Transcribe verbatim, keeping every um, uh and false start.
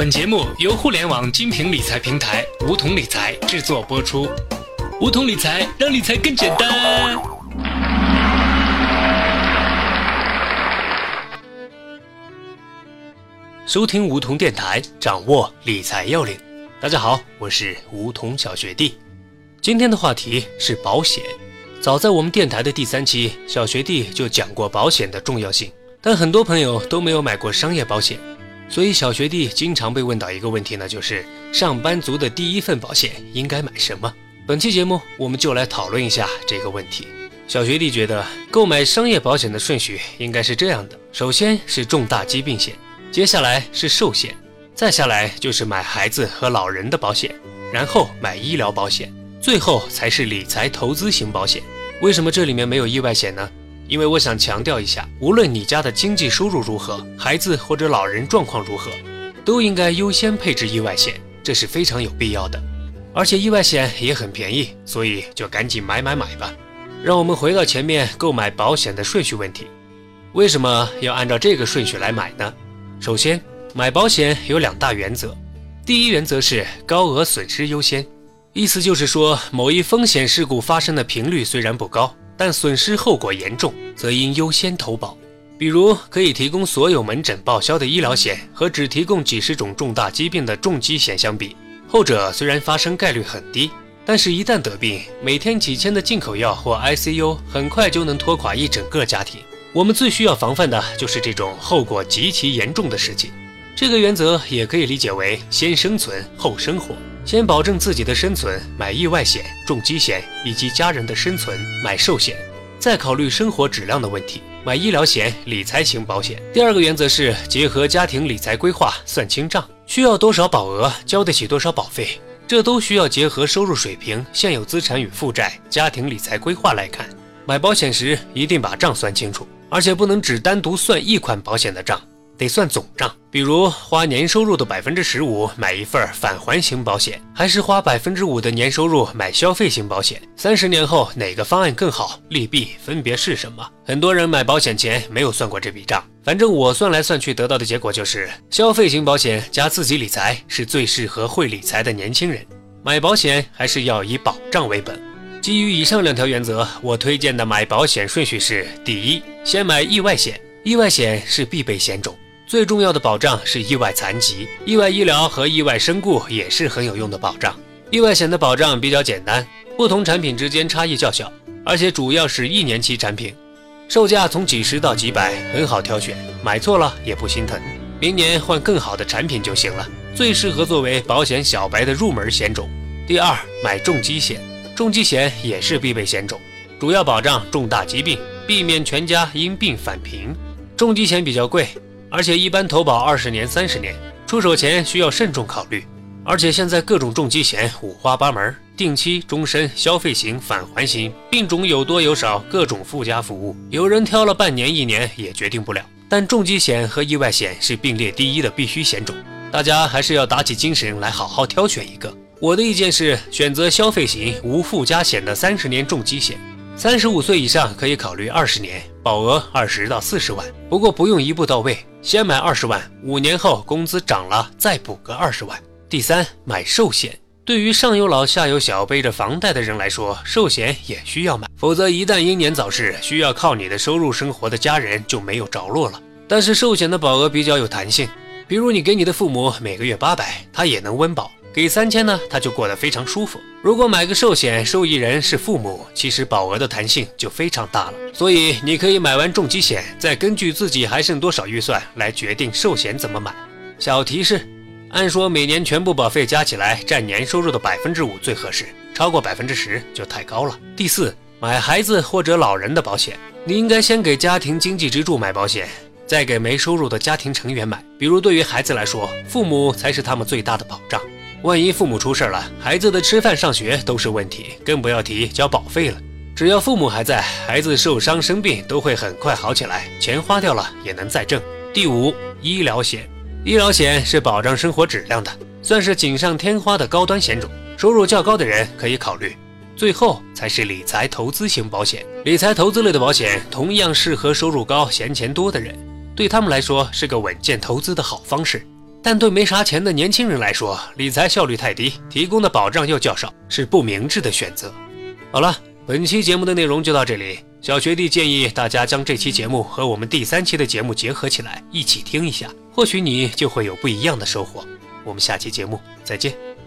本节目由互联网精品理财平台梧桐理财制作播出。梧桐理财让理财更简单。收听梧桐电台，掌握理财要领。大家好，我是梧桐小学弟。今天的话题是保险。早在我们电台的第三期，小学弟就讲过保险的重要性，但很多朋友都没有买过商业保险。所以小学弟经常被问到一个问题呢，就是上班族的第一份保险应该买什么？本期节目我们就来讨论一下这个问题。小学弟觉得购买商业保险的顺序应该是这样的，首先是重大疾病险，接下来是寿险，再下来就是买孩子和老人的保险，然后买医疗保险，最后才是理财投资型保险。为什么这里面没有意外险呢？因为我想强调一下，无论你家的经济收入如何，孩子或者老人状况如何，都应该优先配置意外险，这是非常有必要的。而且意外险也很便宜，所以就赶紧买买买吧。让我们回到前面购买保险的顺序问题，为什么要按照这个顺序来买呢？首先，买保险有两大原则。第一原则是高额损失优先，意思就是说，某一风险事故发生的频率虽然不高，但损失后果严重，则应优先投保。比如可以提供所有门诊报销的医疗险和只提供几十种重大疾病的重疾险相比，后者虽然发生概率很低，但是一旦得病，每天几千的进口药或 I C U 很快就能拖垮一整个家庭。我们最需要防范的就是这种后果极其严重的事情。这个原则也可以理解为先生存后生活，先保证自己的生存，买意外险、重疾险以及家人的生存，买寿险，再考虑生活质量的问题，买医疗险、理财型保险。第二个原则是结合家庭理财规划，算清账，需要多少保额，交得起多少保费，这都需要结合收入水平、现有资产与负债、家庭理财规划来看。买保险时一定把账算清楚，而且不能只单独算一款保险的账，得算总账。比如花年收入的 百分之十五 买一份返还型保险，还是花 百分之五 的年收入买消费型保险，三十年后哪个方案更好，利弊分别是什么？很多人买保险前没有算过这笔账，反正我算来算去得到的结果就是消费型保险加自己理财是最适合会理财的年轻人。买保险还是要以保障为本。基于以上两条原则，我推荐的买保险顺序是：第一，先买意外险。意外险是必备险种，最重要的保障是意外残疾，意外医疗和意外身故也是很有用的保障。意外险的保障比较简单，不同产品之间差异较小，而且主要是一年期产品，售价从几十到几百，很好挑选，买错了也不心疼，明年换更好的产品就行了，最适合作为保险小白的入门险种。第二，买重疾险。重疾险也是必备险种，主要保障重大疾病，避免全家因病返贫。重疾险比较贵，而且一般投保二十年、三十年，出手前需要慎重考虑。而且现在各种重疾险五花八门，定期、终身、消费型、返还型，病种有多有少，各种附加服务，有人挑了半年、一年也决定不了。但重疾险和意外险是并列第一的必须险种，大家还是要打起精神来好好挑选一个。我的意见是选择消费型无附加险的三十年重疾险，三十五岁以上可以考虑二十年，保额二十到四十万，不过不用一步到位，先买二十万，五年后工资涨了再补个二十万。第三，买寿险。对于上有老下有小背着房贷的人来说，寿险也需要买，否则一旦英年早逝，需要靠你的收入生活的家人就没有着落了。但是寿险的保额比较有弹性，比如你给你的父母每个月八百，他也能温饱，给三千呢，他就过得非常舒服。如果买个寿险，受益人是父母，其实保额的弹性就非常大了。所以你可以买完重疾险，再根据自己还剩多少预算来决定寿险怎么买。小提示，按说每年全部保费加起来占年收入的 百分之五 最合适，超过 百分之十 就太高了。第四，买孩子或者老人的保险。你应该先给家庭经济支柱买保险，再给没收入的家庭成员买。比如对于孩子来说，父母才是他们最大的保障。万一父母出事了，孩子的吃饭上学都是问题，更不要提交保费了。只要父母还在，孩子受伤生病都会很快好起来，钱花掉了也能再挣。第五，医疗险。医疗险是保障生活质量的，算是锦上添花的高端险种，收入较高的人可以考虑。最后才是理财投资型保险。理财投资类的保险同样适合收入高、闲钱多的人，对他们来说是个稳健投资的好方式。 但对没啥钱的年轻人来说，理财效率太低，提供的保障又较少，是不明智的选择。好了，本期节目的内容就到这里。小学弟建议大家将这期节目和我们第三期的节目结合起来，一起听一下，或许你就会有不一样的收获。我们下期节目再见。